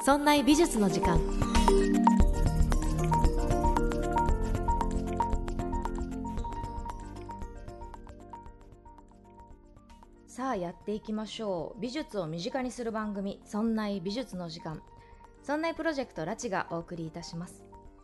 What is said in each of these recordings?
そんな美術の時間。さあやっていきましょう。美術を身近にする番組、そんな美術の時間。そんなプロジェクトラチがお送りいたします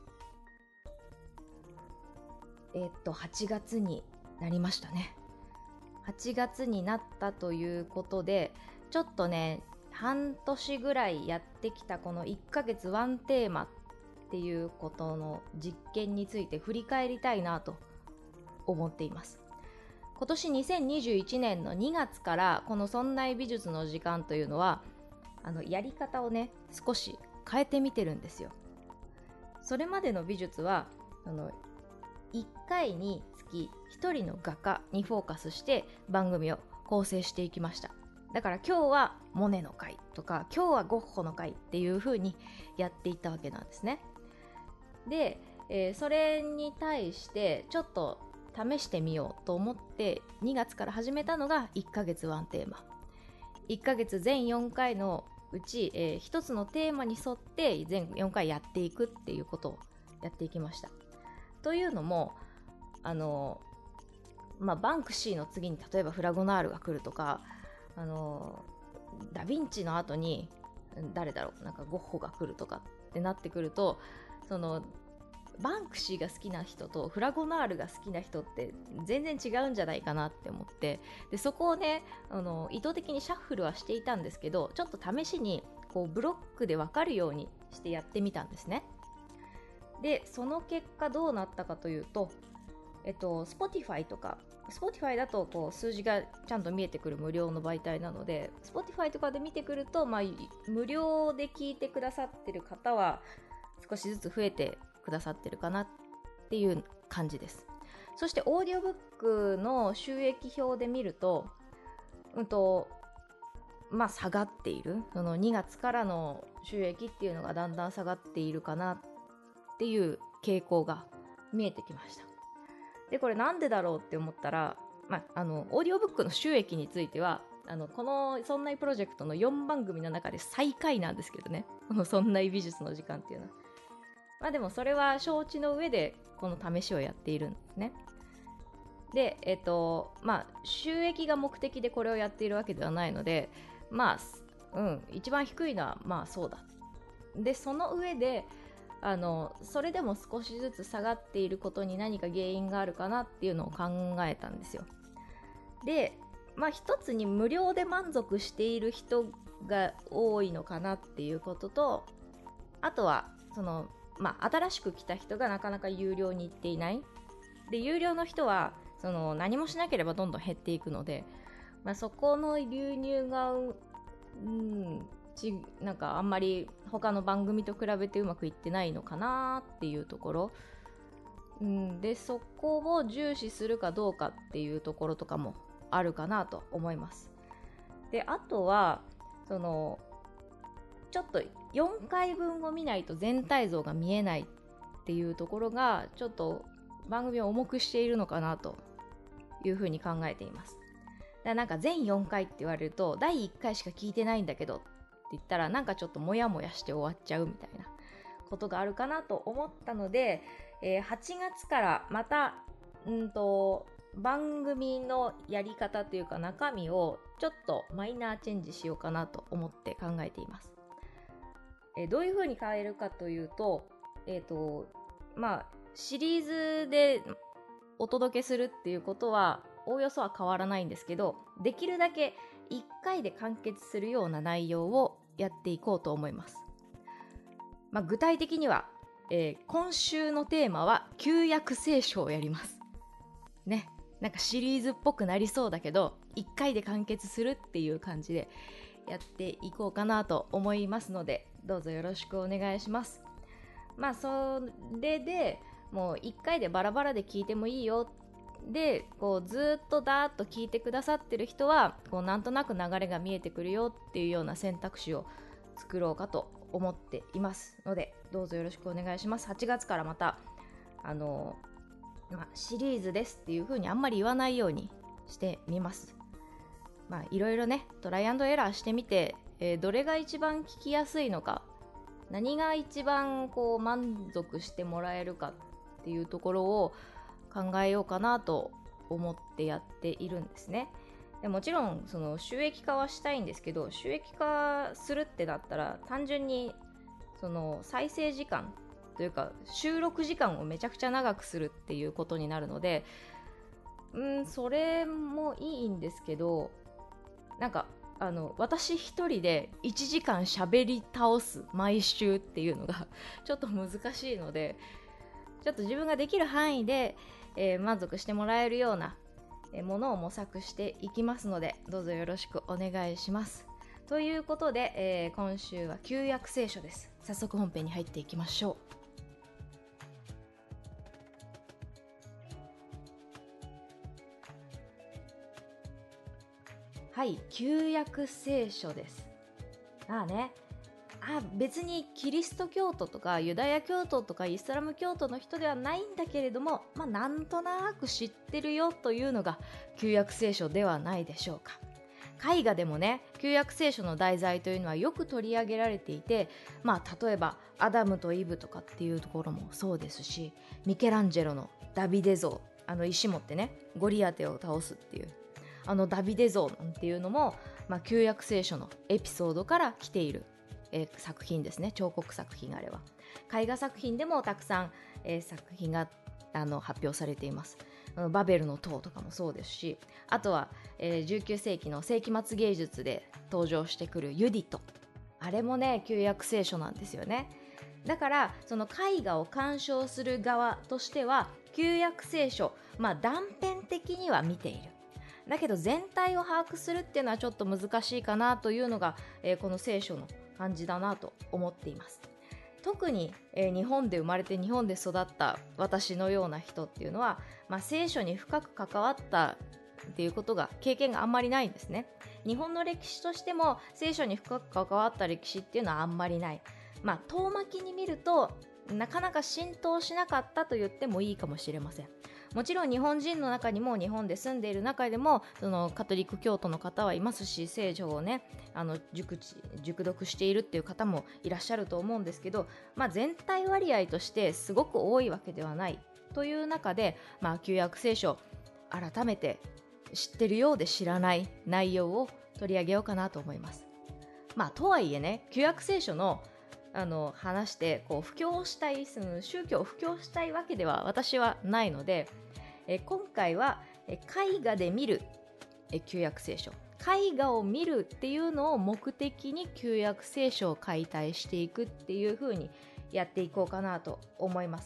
。8月になりましたね。8月になったということで、ちょっとね、半年ぐらいやってきたこの1ヶ月ワンテーマっていうことの実験について振り返りたいなと思っています。今年2021年の2月からこのそんな美術の時間というのはやり方をね少し変えてみてるんですよ。それまでの美術は1回につき1人の画家にフォーカスして番組を構成していきました。だから今日はモネの回とか今日はゴッホの回っていう風にやっていったわけなんですね。で、それに対してちょっと試してみようと思って2月から始めたのが1ヶ月ワンテーマ。1ヶ月全4回のうち、1つのテーマに沿って全4回やっていくっていうことをやっていきました。というのもバンクシーの次に例えばフラゴナールが来るとかダヴィンチの後に誰だろうなんかゴッホが来るとかってなってくるとバンクシーが好きな人とフラゴナールが好きな人って全然違うんじゃないかなって思って、でそこをね意図的にシャッフルはしていたんですけど、ちょっと試しにこうブロックで分かるようにしてやってみたんですね。でその結果どうなったかというと、Spotify とか Spotify だとこう数字がちゃんと見えてくる無料の媒体なので Spotify とかで見てくると、無料で聞いてくださってる方は少しずつ増えてくださってるかなっていう感じです。そしてオーディオブックの収益表で見ると、下がっている、その2月からの収益っていうのがだんだん下がっているかなっていう傾向が見えてきました。でこれなんでだろうって思ったら、オーディオブックの収益についてはこのそんないプロジェクトの4番組の中で最下位なんですけどね、このそんない美術の時間っていうのは。でもそれは承知の上でこの試しをやっているんですね。で収益が目的でこれをやっているわけではないので、一番低いのはそうだ。でその上でそれでも少しずつ下がっていることに何か原因があるかなっていうのを考えたんですよ。で一つに無料で満足している人が多いのかなっていうことと、あとは新しく来た人がなかなか有料に行っていない。で有料の人は何もしなければどんどん減っていくので、そこの流入がなんかあんまり他の番組と比べてうまくいってないのかなっていうところ、でそこを重視するかどうかっていうところとかもあるかなと思います。であとはちょっと4回分を見ないと全体像が見えないっていうところがちょっと番組を重くしているのかなというふうに考えています。だからなんか全4回って言われると第1回しか聞いてないんだけどって言ったらなんかちょっとモヤモヤして終わっちゃうみたいなことがあるかなと思ったので、8月からまた番組のやり方というか中身をちょっとマイナーチェンジしようかなと思って考えています。どういうふうに変えるかというと、シリーズでお届けするっていうことはおおよそは変わらないんですけど、できるだけ1回で完結するような内容をやっていこうと思います。具体的には、今週のテーマは旧約聖書をやりますね。なんかシリーズっぽくなりそうだけど1回で完結するっていう感じでやっていこうかなと思いますので、どうぞよろしくお願いします。それでもう1回でバラバラで聞いてもいいよで、こうずっとダーッと聞いてくださってる人はこうなんとなく流れが見えてくるよっていうような選択肢を作ろうかと思っていますので、どうぞよろしくお願いします。8月からまたシリーズですっていう風にあんまり言わないようにしてみます。いろいろねトライアンドエラーしてみて、どれが一番聞きやすいのか何が一番こう満足してもらえるかっていうところを考えようかなと思ってやっているんですね。でもちろんその収益化はしたいんですけど、収益化するってなったら単純にその再生時間というか収録時間をめちゃくちゃ長くするっていうことになるので、それもいいんですけど、なんか私一人で1時間喋り倒す毎週っていうのがちょっと難しいので、ちょっと自分ができる範囲で、満足してもらえるようなものを模索していきますので、どうぞよろしくお願いします。ということで、今週は旧約聖書です。早速本編に入っていきましょう。はい、旧約聖書です。別にキリスト教徒とかユダヤ教徒とかイスラム教徒の人ではないんだけれども、なんとなく知ってるよというのが旧約聖書ではないでしょうか。絵画でもね、旧約聖書の題材というのはよく取り上げられていて、例えばアダムとイブとかっていうところもそうですし、ミケランジェロのダビデ像、石持ってねゴリアテを倒すっていうダビデ像なんていうのも、旧約聖書のエピソードから来ている、作品ですね。彫刻作品、あれは絵画作品でもたくさん、作品が発表されています。バベルの塔とかもそうですし、あとは、19世紀の世紀末芸術で登場してくるユディト、あれもね旧約聖書なんですよね。だからその絵画を鑑賞する側としては旧約聖書、断片的には見ている。だけど全体を把握するっていうのはちょっと難しいかなというのが、この聖書の感じだなと思っています。特に、日本で生まれて日本で育った私のような人っていうのは、聖書に深く関わったっていうことが経験があんまりないんですね。日本の歴史としても聖書に深く関わった歴史っていうのはあんまりない。遠巻きに見るとなかなか浸透しなかったと言ってもいいかもしれません。もちろん日本人の中にも日本で住んでいる中でもそのカトリック教徒の方はいますし、聖書をね熟読しているっていう方もいらっしゃると思うんですけど、全体割合としてすごく多いわけではないという中で、旧約聖書改めて知ってるようで知らない内容を取り上げようかなと思います。とはいえね、旧約聖書の話してこう布教したい、その宗教を布教したいわけでは私はないので、今回は絵画で見る旧約聖書、絵画を見るっていうのを目的に旧約聖書を解体していくっていう風にやっていこうかなと思います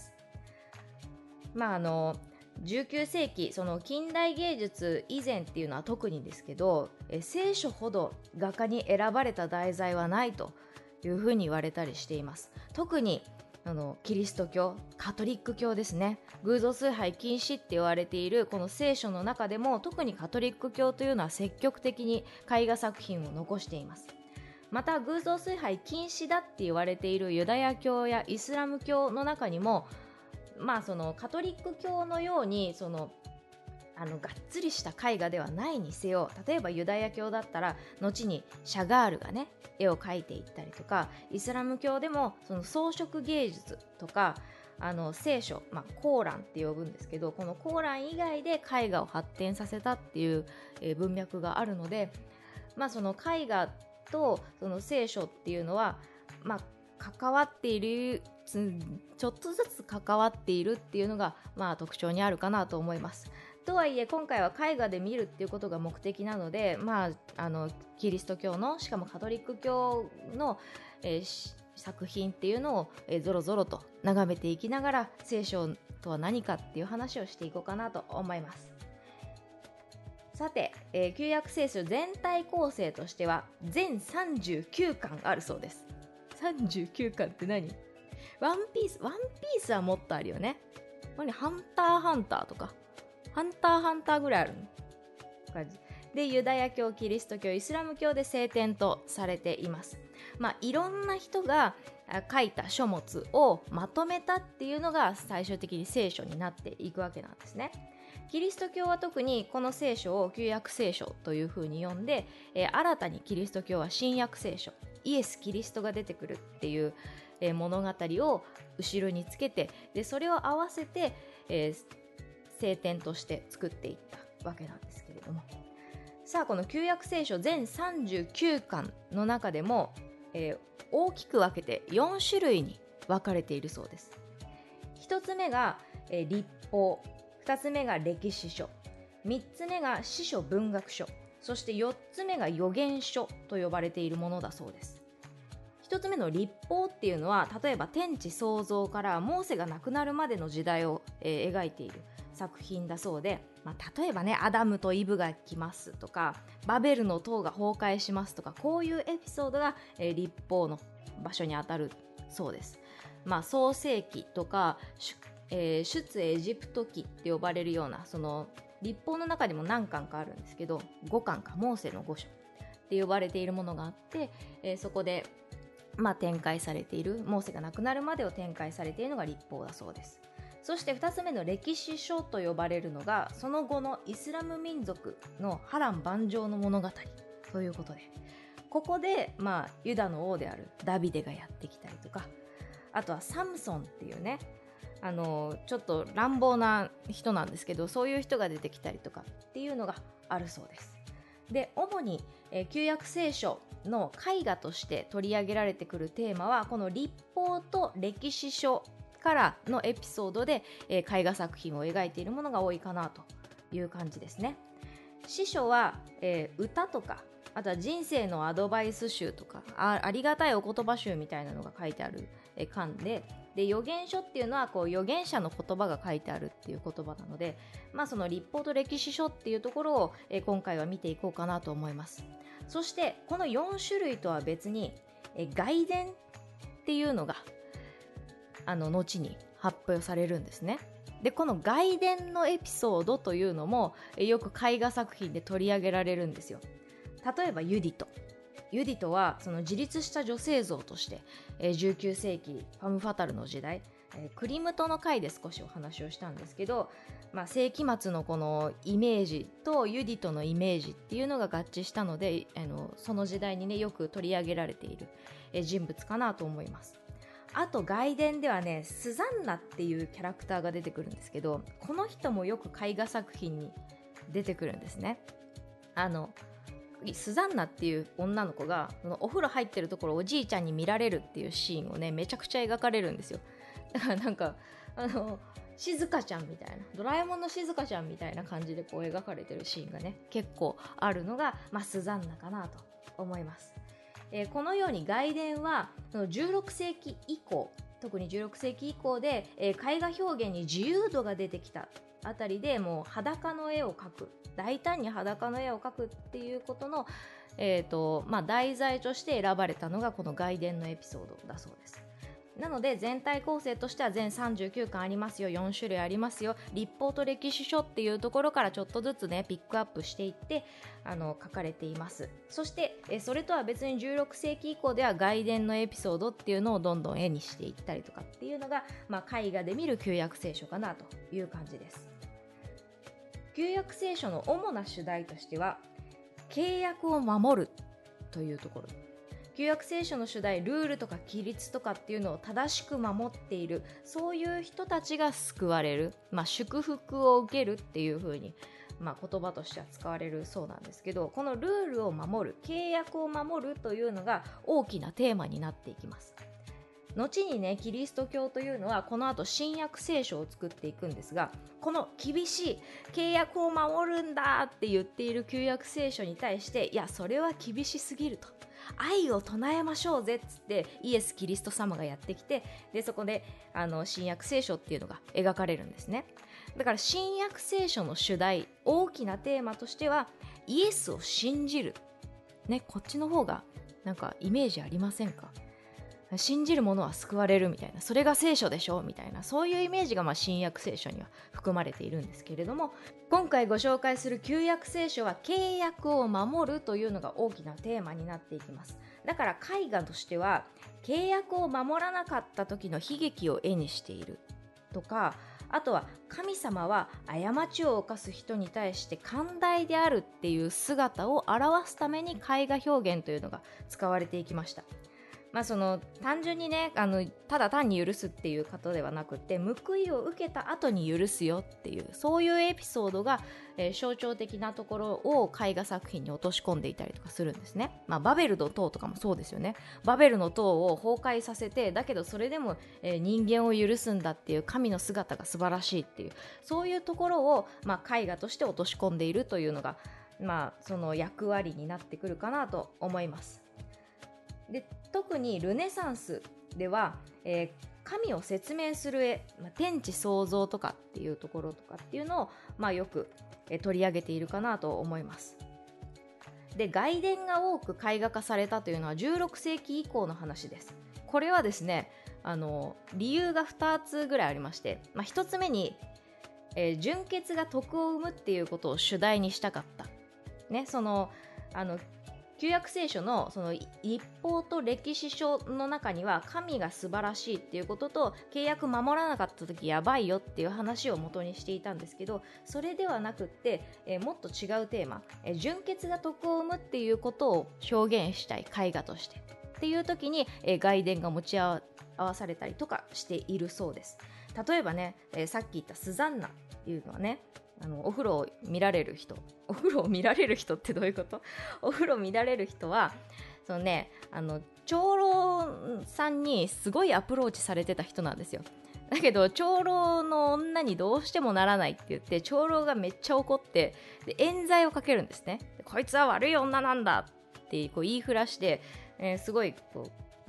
。19世紀、その近代芸術以前っていうのは特にですけど、聖書ほど画家に選ばれた題材はないというふうに言われたりしています。特にキリスト教、カトリック教ですね、偶像崇拝禁止って言われているこの聖書の中でも、特にカトリック教というのは積極的に絵画作品を残しています。また偶像崇拝禁止だって言われているユダヤ教やイスラム教の中にも、そのカトリック教のようにがっつりした絵画ではないにせよ、例えばユダヤ教だったら後にシャガールがね絵を描いていったりとか、イスラム教でもその装飾芸術とか聖書、コーランって呼ぶんですけど、このコーラン以外で絵画を発展させたっていう、文脈があるので、その絵画とその聖書っていうのは、関わっている、ちょっとずつ関わっているっていうのが、特徴にあるかなと思います。とはいえ今回は絵画で見るっていうことが目的なので、キリスト教の、しかもカトリック教の、作品っていうのを、ぞろぞろと眺めていきながら、聖書とは何かっていう話をしていこうかなと思います。さて、旧約聖書全体構成としては全39巻あるそうです。39巻って何？ワンピースはもっとあるよね。ハンターハンターとかハンターハンターぐらいある感じで、ユダヤ教、キリスト教、イスラム教で聖典とされています。いろんな人が書いた書物をまとめたっていうのが最終的に聖書になっていくわけなんですね。キリスト教は特にこの聖書を旧約聖書というふうに呼んで、新たにキリスト教は新約聖書、イエス・キリストが出てくるっていう、 物語を後ろにつけて、でそれを合わせて、聖典として作っていったわけなんですけれども、さあこの旧約聖書全39巻の中でも、大きく分けて4種類に分かれているそうです。1つ目が、律法、2つ目が歴史書、3つ目が詩書文学書、そして4つ目が預言書と呼ばれているものだそうです。1つ目の律法っていうのは、例えば天地創造からモーセが亡くなるまでの時代を、描いている作品だそうで、例えばね、アダムとイブが来ますとか、バベルの塔が崩壊しますとか、こういうエピソードが、律法の場所にあたるそうです。創世記とか、出エジプト記って呼ばれるような、その律法の中にも何巻かあるんですけど、5巻か、モーセの5書って呼ばれているものがあって、そこで展開されている、モーセが亡くなるまでを展開されているのが律法だそうです。そして2つ目の歴史書と呼ばれるのが、その後のイスラム民族の波乱万丈の物語ということで、ここで、ユダの王であるダビデがやってきたりとか、あとはサムソンっていうね、ちょっと乱暴な人なんですけど、そういう人が出てきたりとかっていうのがあるそうです。で、主に、旧約聖書の絵画として取り上げられてくるテーマは、この律法と歴史書からのエピソードで、絵画作品を描いているものが多いかなという感じですね。詩書は、歌とか、あとは人生のアドバイス集とか、ありがたいお言葉集みたいなのが書いてある巻で、預言書っていうのはこう預言者の言葉が書いてあるっていう言葉なので、その律法と歴史書っていうところを、今回は見ていこうかなと思います。そしてこの4種類とは別に、外伝っていうのが後に発表されるんですね。で、この外伝のエピソードというのもよく絵画作品で取り上げられるんですよ。例えばユディトはその自立した女性像として、19世紀ファム・ファタルの時代、クリムトの回で少しお話をしたんですけど、世紀末のこのイメージとユディトのイメージっていうのが合致したので、その時代にねよく取り上げられている、人物かなと思います。あと外伝ではね、スザンナっていうキャラクターが出てくるんですけど、この人もよく絵画作品に出てくるんですね。スザンナっていう女の子がお風呂入ってるところをおじいちゃんに見られるっていうシーンをね、めちゃくちゃ描かれるんですよ。だからなんか静香ちゃんみたいな、ドラえもんの静香ちゃんみたいな感じでこう描かれてるシーンがね結構あるのが、スザンナかなと思います。このように外伝は16世紀以降、特に16世紀以降で、絵画表現に自由度が出てきたあたりで、もう裸の絵を描く、大胆に裸の絵を描くっていうことの、題材として選ばれたのがこの外伝のエピソードだそうです。なので全体構成としては全39巻ありますよ、4種類ありますよ、律法と歴史書っていうところからちょっとずつねピックアップしていって書かれています。そしてそれとは別に16世紀以降では外伝のエピソードっていうのをどんどん絵にしていったりとかっていうのが、絵画で見る旧約聖書かなという感じです。旧約聖書の主な主題としては契約を守るというところ、旧約聖書の主題、ルールとか規律とかっていうのを正しく守っている、そういう人たちが救われる、祝福を受けるっていう風に、言葉としては使われるそうなんですけど、このルールを守る、契約を守るというのが大きなテーマになっていきます。後にね、キリスト教というのはこの後新約聖書を作っていくんですが、この厳しい契約を守るんだって言っている旧約聖書に対して、いやそれは厳しすぎると、愛を唱えましょうぜっつってイエス・キリスト様がやってきて、でそこで新約聖書っていうのが描かれるんですね。だから新約聖書の主題、大きなテーマとしてはイエスを信じる、ね、こっちの方がなんかイメージありませんか？信じる者は救われるみたいな、それが聖書でしょみたいな、そういうイメージが新約聖書には含まれているんですけれども、今回ご紹介する旧約聖書は契約を守るというのが大きなテーマになっていきます。だから絵画としては契約を守らなかった時の悲劇を絵にしているとか、あとは神様は過ちを犯す人に対して寛大であるっていう姿を表すために絵画表現というのが使われていきました。 その単純にねただ単に許すっていうことではなくて、報いを受けた後に許すよっていう、そういうエピソードが、象徴的なところを絵画作品に落とし込んでいたりとかするんですね。バベルの塔とかもそうですよね。バベルの塔を崩壊させて、だけどそれでも、人間を許すんだっていう神の姿が素晴らしいっていう、そういうところを、絵画として落とし込んでいるというのが、その役割になってくるかなと思います。で特にルネサンスでは、神を説明する絵、天地創造とかっていうところとかっていうのを、よく、取り上げているかなと思います。で外伝が多く絵画化されたというのは16世紀以降の話です。これはですね、理由が2つぐらいありまして、1つ目に、純潔が徳を生むっていうことを主題にしたかった、ね、旧約聖書のその立法と歴史書の中には神が素晴らしいっていうことと、契約守らなかった時やばいよっていう話を元にしていたんですけど、それではなくって、もっと違うテーマ、純潔が徳を生むっていうことを表現したい絵画としてっていう時に、外伝が持ち合わされたりとかしているそうです。例えばね、さっき言ったスザンナっていうのはね、お風呂を見られる人、お風呂を見られる人ってどういうこと？お風呂見られる人はそのね、長老さんにすごいアプローチされてた人なんですよ。だけど長老の女にどうしてもならないって言って、長老がめっちゃ怒って、で冤罪をかけるんですね。こいつは悪い女なんだってこう言いふらして、すごいこ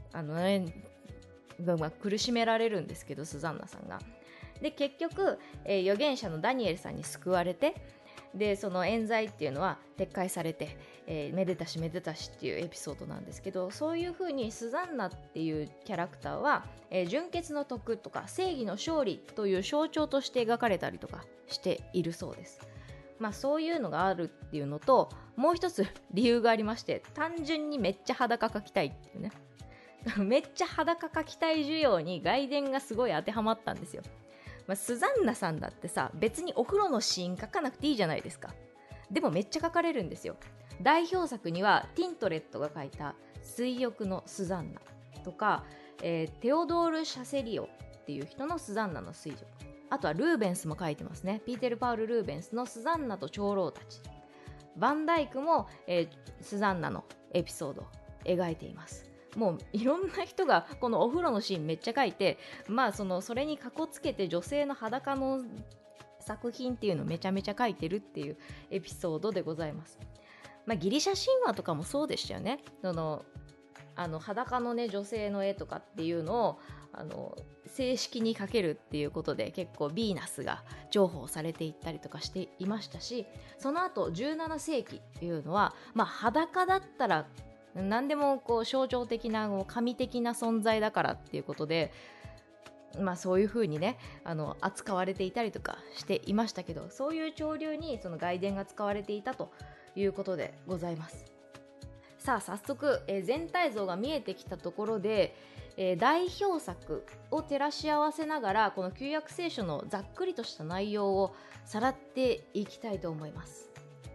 う苦しめられるんですけど、スザンナさんが。で結局、預言者のダニエルさんに救われて、でその冤罪っていうのは撤回されて、めでたしめでたしっていうエピソードなんですけど、そういう風にスザンナっていうキャラクターは、純潔の徳とか正義の勝利という象徴として描かれたりとかしているそうです。そういうのがあるっていうのと、もう一つ理由がありまして、単純にめっちゃ裸描きたいっていうねめっちゃ裸描きたい需要に外伝がすごい当てはまったんですよ。スザンナさんだってさ、別にお風呂のシーン描かなくていいじゃないですか。でもめっちゃ描かれるんですよ。代表作にはティントレットが描いた水浴のスザンナとか、テオドール・シャセリオっていう人のスザンナの水浴、あとはルーベンスも描いてますね。ピーテル・パウル・ルーベンスのスザンナと長老たち。バンダイクも、スザンナのエピソードを描いています。もういろんな人がこのお風呂のシーンめっちゃ描いて、それにかこつけて女性の裸の作品っていうのをめちゃめちゃ描いてるっていうエピソードでございます。ギリシャ神話とかもそうでしたよね。裸のね女性の絵とかっていうのを正式に描けるっていうことで結構ヴィーナスが重宝されていったりとかしていましたし、その後17世紀っていうのは、裸だったら何でもこう象徴的な神的な存在だからっていうことで、そういう風にね扱われていたりとかしていましたけど、そういう潮流にその外伝が使われていたということでございます。さあ早速、全体像が見えてきたところで、代表作を照らし合わせながらこの旧約聖書のざっくりとした内容をさらっていきたいと思います。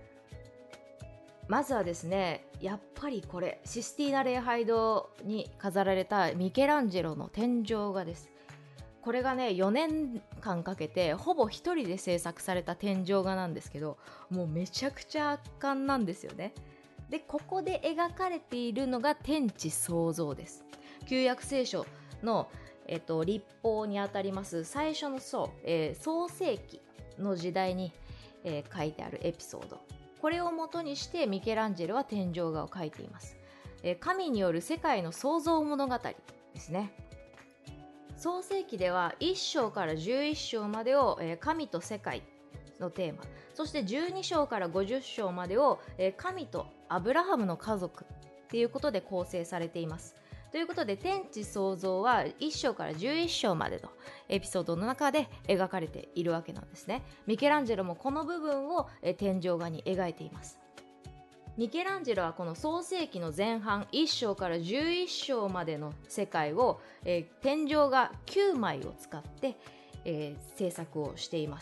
まずはですね、やっぱりこれシスティーナ礼拝堂に飾られたミケランジェロの天井画です。これがね4年間かけてほぼ一人で制作された天井画なんですけど、もうめちゃくちゃ圧巻なんですよね。でここで描かれているのが天地創造です。旧約聖書の、立法にあたります最初の創世記の時代に、書いてあるエピソード、これを元にしてミケランジェロは天井画を描いています。神による世界の創造物語ですね。創世記では1章から11章までを、神と世界のテーマ、そして12章から50章までを、神とアブラハムの家族っていうことで構成されています。ということで天地創造は1章から11章までのエピソードの中で描かれているわけなんですね。ミケランジェロもこの部分を天井画に描いています。ミケランジェロはこの創世記の前半1章から11章までの世界を、天井画9枚を使って、制作をしています。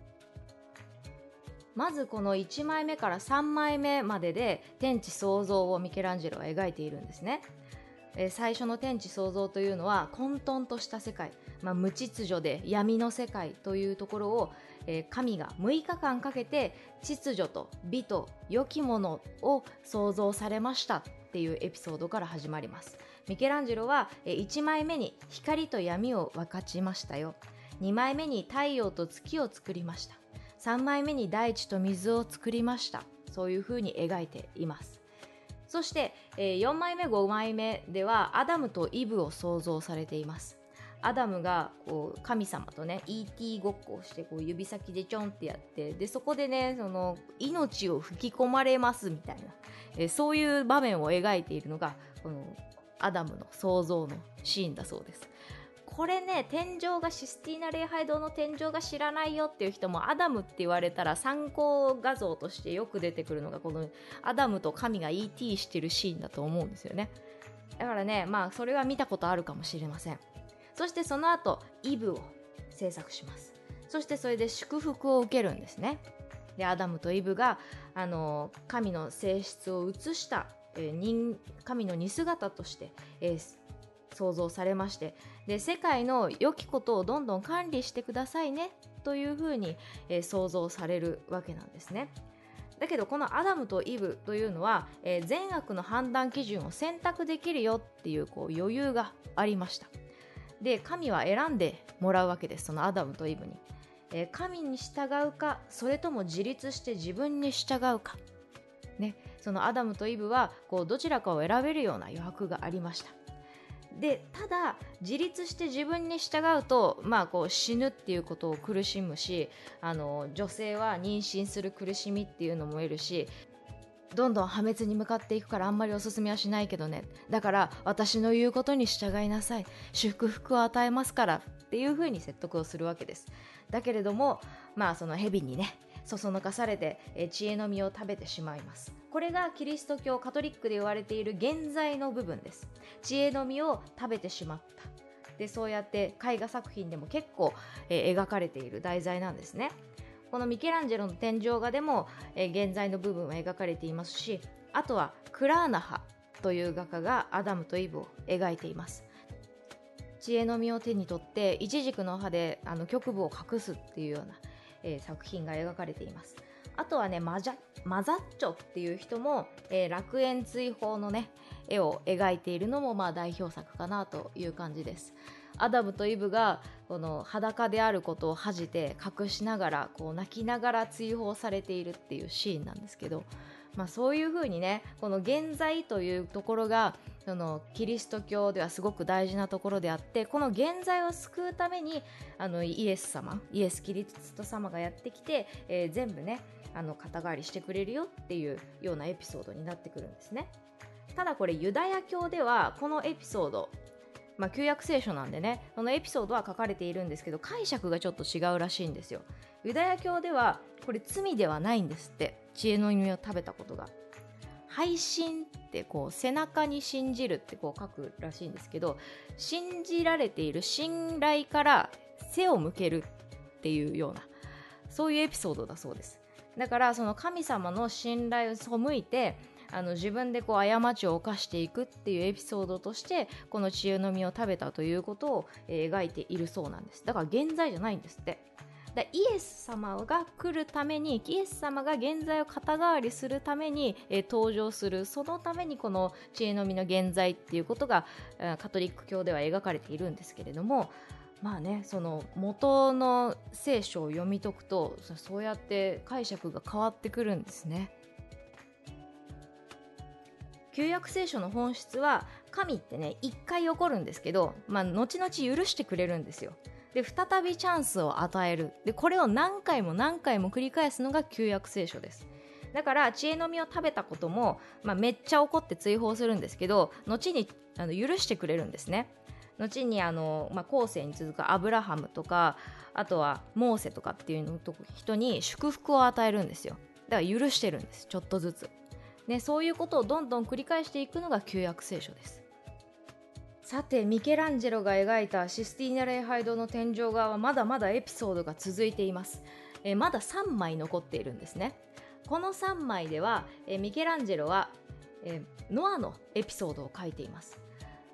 まずこの1枚目から3枚目までで天地創造をミケランジェロは描いているんですね。 最初の天地創造というのは混沌とした世界、無秩序で闇の世界というところを、神が6日間かけて秩序と美と良きものを創造されましたっていうエピソードから始まります。ミケランジェロは1枚目に光と闇を分かちましたよ、2枚目に太陽と月を作りました、3枚目に大地と水を作りました、そういうふうに描いています。そして4枚目5枚目ではアダムとイブを創造されています。アダムがこう神様とね ET ごっこをしてこう指先でちょんってやって、でそこでねその命を吹き込まれますみたいな、そういう場面を描いているのがこのアダムの創造のシーンだそうです。これね、天井画システィーナ礼拝堂の天井画知らないよっていう人も、アダムって言われたら参考画像としてよく出てくるのがこのアダムと神が ET してるシーンだと思うんですよね。だからね、それは見たことあるかもしれません。そしてその後イブを制作します。そしてそれで祝福を受けるんですね。でアダムとイブが神の性質を映した神の似姿として、創造されまして、で世界の良きことをどんどん管理してくださいねというふうに、創造されるわけなんですね。だけどこのアダムとイブというのは、善悪の判断基準を選択できるよっていう、余裕がありました。で神は選んでもらうわけです、そのアダムとイブに。神に従うか、それとも自立して自分に従うか、ね、そのアダムとイブはどちらかを選べるような余白がありました。でただ自立して自分に従うと、死ぬっていうことを苦しむし、女性は妊娠する苦しみっていうのも得るし、どんどん破滅に向かっていくからあんまりおすすめはしないけどね、だから私の言うことに従いなさい、祝福を与えますからっていうふうに説得をするわけです。だけれどもその蛇にねそそのかされて、知恵の実を食べてしまいます。これがキリスト教カトリックで言われている現在の部分です。知恵の実を食べてしまった。でそうやって絵画作品でも結構、描かれている題材なんですね。このミケランジェロの天井画でも、現在の部分は描かれていますし、あとはクラーナハという画家がアダムとイブを描いています。知恵の実を手に取ってイチジクの葉で局部を隠すっていうような作品が描かれています。あとはねマザッチョっていう人も、楽園追放のね絵を描いているのも代表作かなという感じです。アダムとイブがこの裸であることを恥じて隠しながら泣きながら追放されているっていうシーンなんですけど、そういう風にねこの現在というところがそのキリスト教ではすごく大事なところであって、この現在を救うためにイエスキリスト様がやってきて、全部ね肩代わりしてくれるよっていうようなエピソードになってくるんですね。ただこれユダヤ教ではこのエピソード、旧約聖書なんでねこのエピソードは書かれているんですけど、解釈がちょっと違うらしいんですよ。ユダヤ教ではこれ罪ではないんですって、知恵の実を食べたことが。背信って背中に信じるって書くらしいんですけど、信じられている信頼から背を向けるっていうような、そういうエピソードだそうです。だからその神様の信頼を背いて自分で過ちを犯していくっていうエピソードとしてこの知恵の実を食べたということを描いているそうなんです。だから現在じゃないんですって。イエス様が来るために、イエス様が現在を肩代わりするために、登場する、そのためにこの知恵の実の現在っていうことがカトリック教では描かれているんですけれども、その元の聖書を読み解くとそうやって解釈が変わってくるんですね。旧約聖書の本質は神ってね一回怒るんですけど、後々許してくれるんですよ。で再びチャンスを与える。でこれを何回も何回も繰り返すのが旧約聖書です。だから知恵の実を食べたことも、めっちゃ怒って追放するんですけど、後に許してくれるんですね。後に後世に続くアブラハムとか、あとはモーセとかっていうの人に祝福を与えるんですよ。だから許してるんです、ちょっとずつ。ね、そういうことをどんどん繰り返していくのが旧約聖書です。さてミケランジェロが描いたシスティーナ礼拝堂の天井画はまだまだエピソードが続いています。まだ3枚残っているんですね。この3枚ではミケランジェロはノアのエピソードを書いています。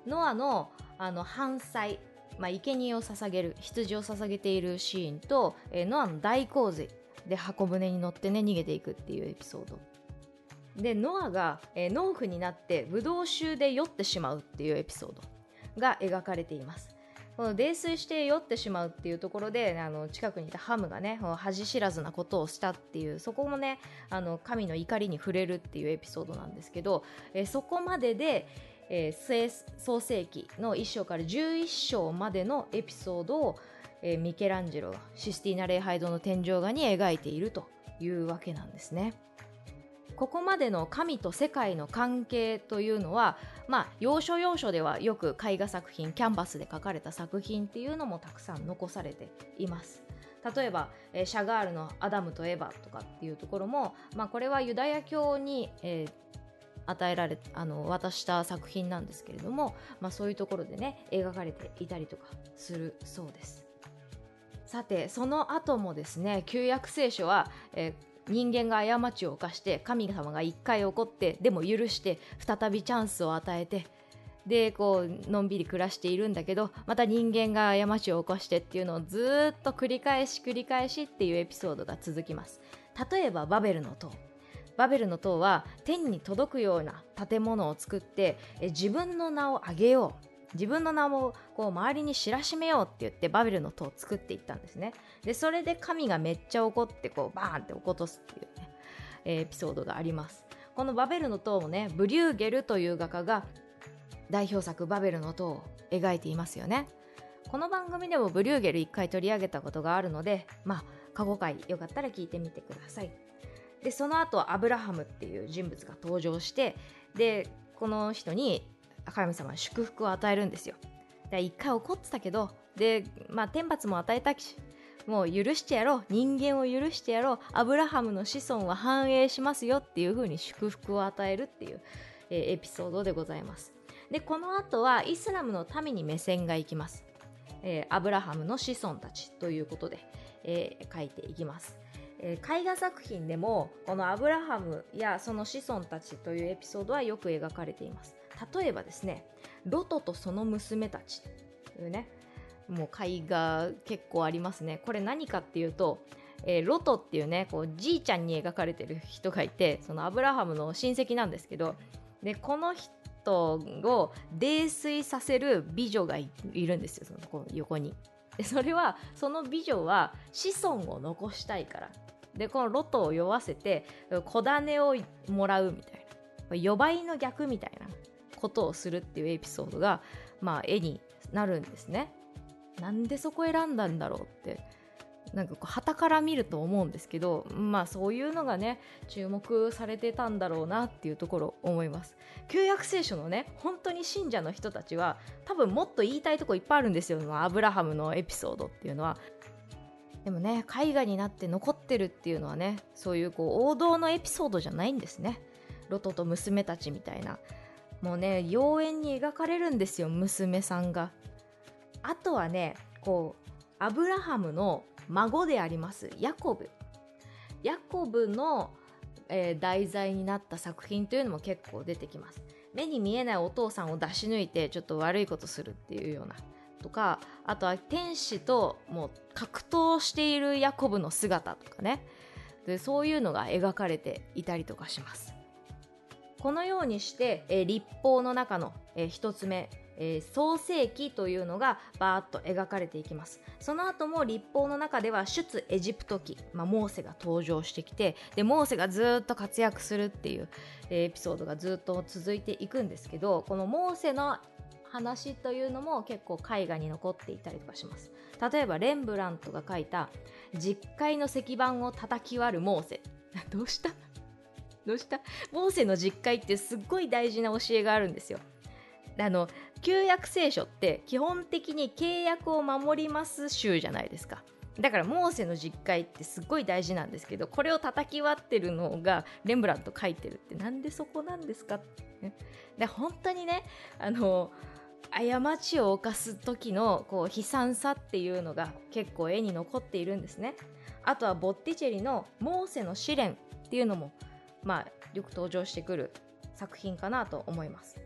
ノアの反祭、生贄を捧げる、羊を捧げているシーンと、ノアの大洪水で箱舟に乗ってね逃げていくっていうエピソードで、ノアが、農夫になってブドウ酒で酔ってしまうっていうエピソードが描かれています。この泥酔して酔ってしまうっていうところで、近くにいたハムがね恥知らずなことをしたっていう、そこもね神の怒りに触れるっていうエピソードなんですけど、そこまでで、創世記の1章から11章までのエピソードを、ミケランジェロがシスティーナ礼拝堂の天井画に描いているというわけなんですね。ここまでの神と世界の関係というのは、要所要所ではよく絵画作品、キャンバスで描かれた作品っていうのもたくさん残されています。例えば、シャガールのアダムとエヴァとかっていうところも、これはユダヤ教に、与えられ渡した作品なんですけれども、そういうところでね描かれていたりとかするそうです。さて、その後もですね、旧約聖書は、人間が過ちを犯して神様が一回怒って、でも許して再びチャンスを与えて、でこうのんびり暮らしているんだけど、また人間が過ちを犯してっていうのをずっと繰り返しっていうエピソードが続きます。例えばバベルの塔は天に届くような建物を作って、自分の名を上げよう、自分の名をこう周りに知らしめようって言ってバベルの塔を作っていったんですね。でそれで神がめっちゃ怒ってこうバーンって落とすっていうね、エピソードがあります。このバベルの塔もね、ブリューゲルという画家が代表作バベルの塔を描いていますよね。この番組でもブリューゲル1回取り上げたことがあるので、過去回よかったら聞いてみてください。でその後アブラハムっていう人物が登場して、でこの人に神様は祝福を与えるんですよ。で一回怒ってたけど、で天罰も与えたし、もう許してやろう、人間を許してやろう、アブラハムの子孫は繁栄しますよっていう風に祝福を与えるっていう、エピソードでございます。でこの後はイスラムの民に目線がいきます。アブラハムの子孫たちということで、書いていきます。絵画作品でもこのアブラハムやその子孫たちというエピソードはよく描かれています。例えばですね、ロトとその娘たちというね、もう絵画結構ありますね。これ何かっていうと、ロトっていうね、こうじいちゃんに描かれてる人がいて、そのアブラハムの親戚なんですけど、でこの人を泥酔させる美女が いるんですよ、そのこの横に。でそれはその美女は子孫を残したいからで、このロトを酔わせて子種をもらうみたいな、予売の逆みたいなことをするっていうエピソードが、絵になるんですね。なんでそこ選んだんだろうってなんかこう旗から見ると思うんですけど、そういうのがね注目されてたんだろうなっていうところを思います。旧約聖書のね本当に信者の人たちは多分もっと言いたいとこいっぱいあるんですよ、アブラハムのエピソードっていうのは。でもね、絵画になって残ってるっていうのはね、そういうこう王道のエピソードじゃないんですね。ロトと娘たちみたいな、もうね妖艶に描かれるんですよ、娘さんが。あとはね、こうアブラハムの孫でありますヤコブの、題材になった作品というのも結構出てきます。目に見えないお父さんを出し抜いてちょっと悪いことするっていうようなとか、あとは天使ともう格闘しているヤコブの姿とかね、でそういうのが描かれていたりとかします。このようにして、律法の中の、一つ目、創世記というのがバーッと描かれていきます。その後も律法の中では出エジプト記、モーセが登場してきて、でモーセがずっと活躍するっていう、エピソードがずっと続いていくんですけど、このモーセの話というのも結構絵画に残っていたりとかします。例えばレンブラントが描いた十階の石板を叩き割るモーセどうしたモーセの十階ってすっごい大事な教えがあるんですよ。旧約聖書って基本的に契約を守ります集じゃないですか。だからモーセの実会ってすっごい大事なんですけど、これを叩き割ってるのがレンブラント描いてるってなんでそこなんですかって、ね、で本当にね、過ちを犯す時のこう悲惨さっていうのが結構絵に残っているんですね。あとはボッティチェリのモーセの試練っていうのもよく登場してくる作品かなと思います。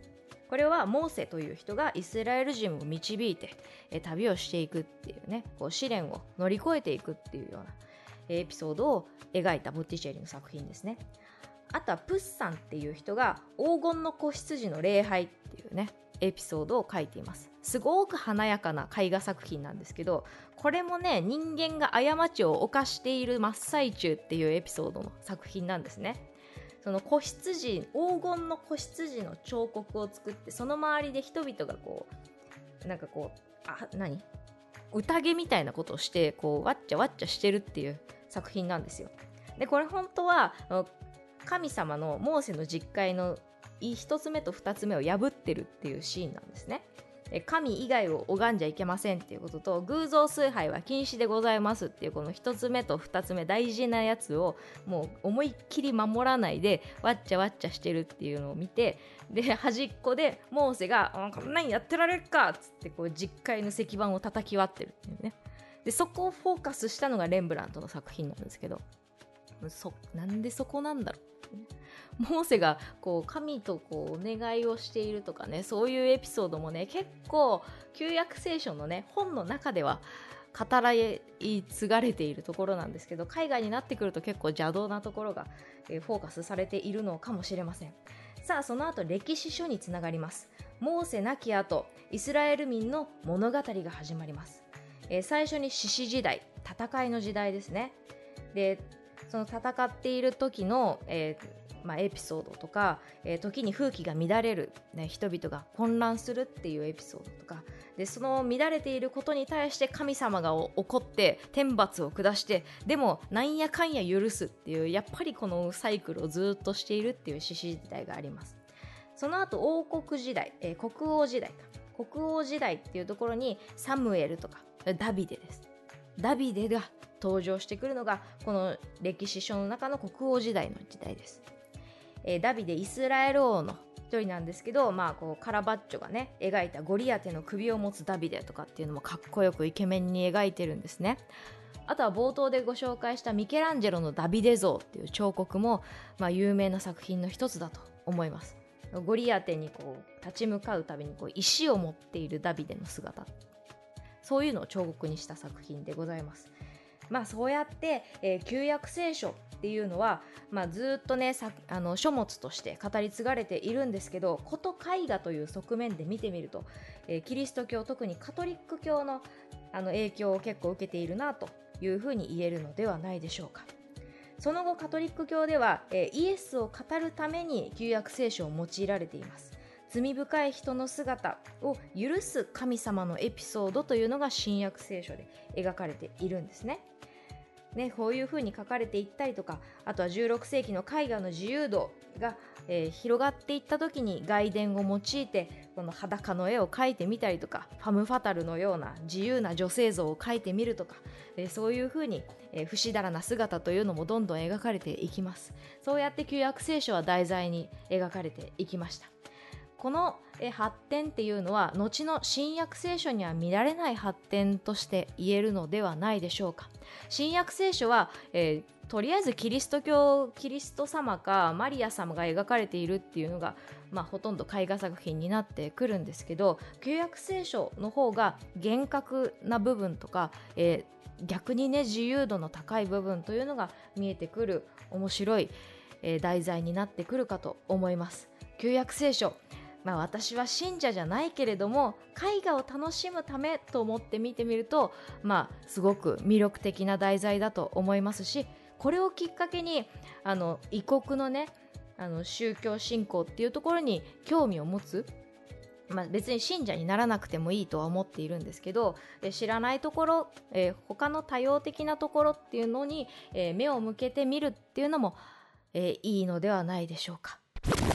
これはモーセという人がイスラエル人を導いて旅をしていくっていうね、こう試練を乗り越えていくっていうようなエピソードを描いたボッティチェリの作品ですね。あとはプッサンっていう人が黄金の子羊の礼拝っていうねエピソードを書いています。すごく華やかな絵画作品なんですけど、これもね、人間が過ちを犯している真っ最中っていうエピソードの作品なんですね。その子羊、黄金の子羊の彫刻を作って、その周りで人々がこうなんかこう宴みたいなことをしてこうわっちゃわっちゃしてるっていう作品なんですよ。でこれ本当は神様のモーセの実会の1つ目と2つ目を破ってるっていうシーンなんですね。神以外を拝んじゃいけませんっていうことと、偶像崇拝は禁止でございますっていうこの1つ目と2つ目大事なやつをもう思いっきり守らないでわっちゃわっちゃしてるっていうのを見て、で端っこでモーセがこんなんやってられるかっつってこう実会の石板を叩き割ってるっていうね。でそこをフォーカスしたのがレンブラントの作品なんですけど、なんでそこなんだろう。モーセがこう神とこうお願いをしているとかね、そういうエピソードもね結構旧約聖書のね本の中では語らい継がれているところなんですけど、海外になってくると結構邪道なところがフォーカスされているのかもしれません。さあその後歴史書につながります。モーセ亡き後、イスラエル民の物語が始まります。最初に獅子時代、戦いの時代ですね。でその戦っている時の、エピソードとか、時に風紀が乱れる、ね、人々が混乱するっていうエピソードとかで、その乱れていることに対して神様が怒って天罰を下して、でもなんやかんや許すっていう、やっぱりこのサイクルをずっとしているっていう獅子時代があります。その後王国時代、国王時代っていうところにサムエルとかダビデです。ダビデが登場してくるのがこの歴史書の中の国王時代の時代です。ダビデイスラエル王の一人なんですけど、こうカラバッチョがね描いたゴリアテの首を持つダビデとかっていうのもかっこよくイケメンに描いてるんですね。あとは冒頭でご紹介したミケランジェロのダビデ像っていう彫刻も、有名な作品の一つだと思います。ゴリアテにこう立ち向かうたびにこう石を持っているダビデの姿、そういうのを彫刻にした作品でございます。そうやって、旧約聖書っていうのは、ずっとね書物として語り継がれているんですけど、こと絵画という側面で見てみると、キリスト教、特にカトリック教の、影響を結構受けているなというふうに言えるのではないでしょうか。その後カトリック教では、イエスを語るために旧約聖書を用いられています。罪深い人の姿を許す神様のエピソードというのが新約聖書で描かれているんですね。こういう風に書かれていったりとか、あとは16世紀の絵画の自由度が、広がっていった時に外伝を用いてこの裸の絵を描いてみたりとか、ファム・ファタルのような自由な女性像を描いてみるとか、そういう風に、不死だらな姿というのもどんどん描かれていきます。そうやって旧約聖書は題材に描かれていきました。この発展っていうのは後の新約聖書には見られない発展として言えるのではないでしょうか。新約聖書は、とりあえずキリスト様かマリア様が描かれているっていうのが、ほとんど絵画作品になってくるんですけど、旧約聖書の方が厳格な部分とか、逆にね自由度の高い部分というのが見えてくる面白い、題材になってくるかと思います。旧約聖書、私は信者じゃないけれども絵画を楽しむためと思って見てみると、すごく魅力的な題材だと思いますし、これをきっかけに異国のね宗教信仰っていうところに興味を持つ、別に信者にならなくてもいいとは思っているんですけど、知らないところ、他の多様的なところっていうのに、目を向けてみるっていうのも、いいのではないでしょうか。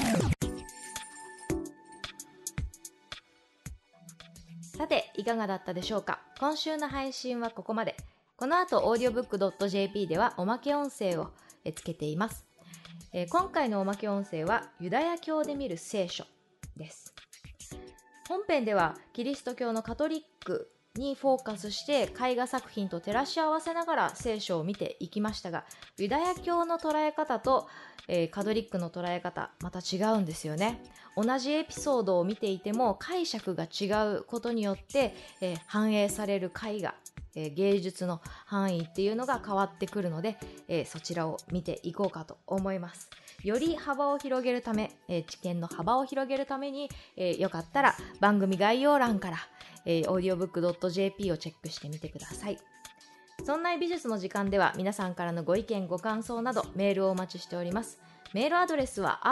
さていかがだったでしょうか。今週の配信はここまで。この後 audiobook.jp ではおまけ音声をつけています。今回のおまけ音声はユダヤ教で見る聖書です。本編ではキリスト教のカトリックにフォーカスして絵画作品と照らし合わせながら聖書を見ていきましたが、ユダヤ教の捉え方と、カトリックの捉え方また違うんですよね。同じエピソードを見ていても解釈が違うことによって、反映される絵画、芸術の範囲っていうのが変わってくるので、そちらを見ていこうかと思います。より幅を広げるため、知見の幅を広げるために、よかったら番組概要欄から、audiobook.jp をチェックしてみてください。そんな美術の時間では皆さんからのご意見ご感想などメールをお待ちしております。メールアドレスは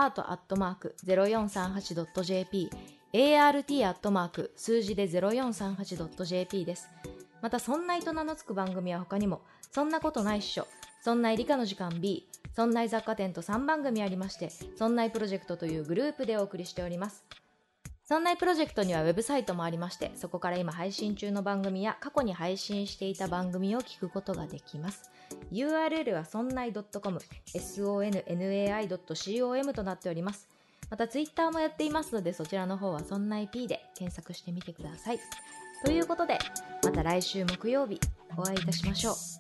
art@0438.jp art@ 数字で 0438.jp です。また、そんないと名の付く番組は他にも、そんなことないっしょ、そんない理科の時間 B、そんない雑貨店と3番組ありまして、そんないプロジェクトというグループでお送りしております。そんないプロジェクトにはウェブサイトもありまして、そこから今配信中の番組や過去に配信していた番組を聞くことができます。URL はそんない .com、sonnai.com となっております。また Twitter もやっていますので、そちらの方はそんない P で検索してみてください。ということで、また来週木曜日お会いいたしましょう。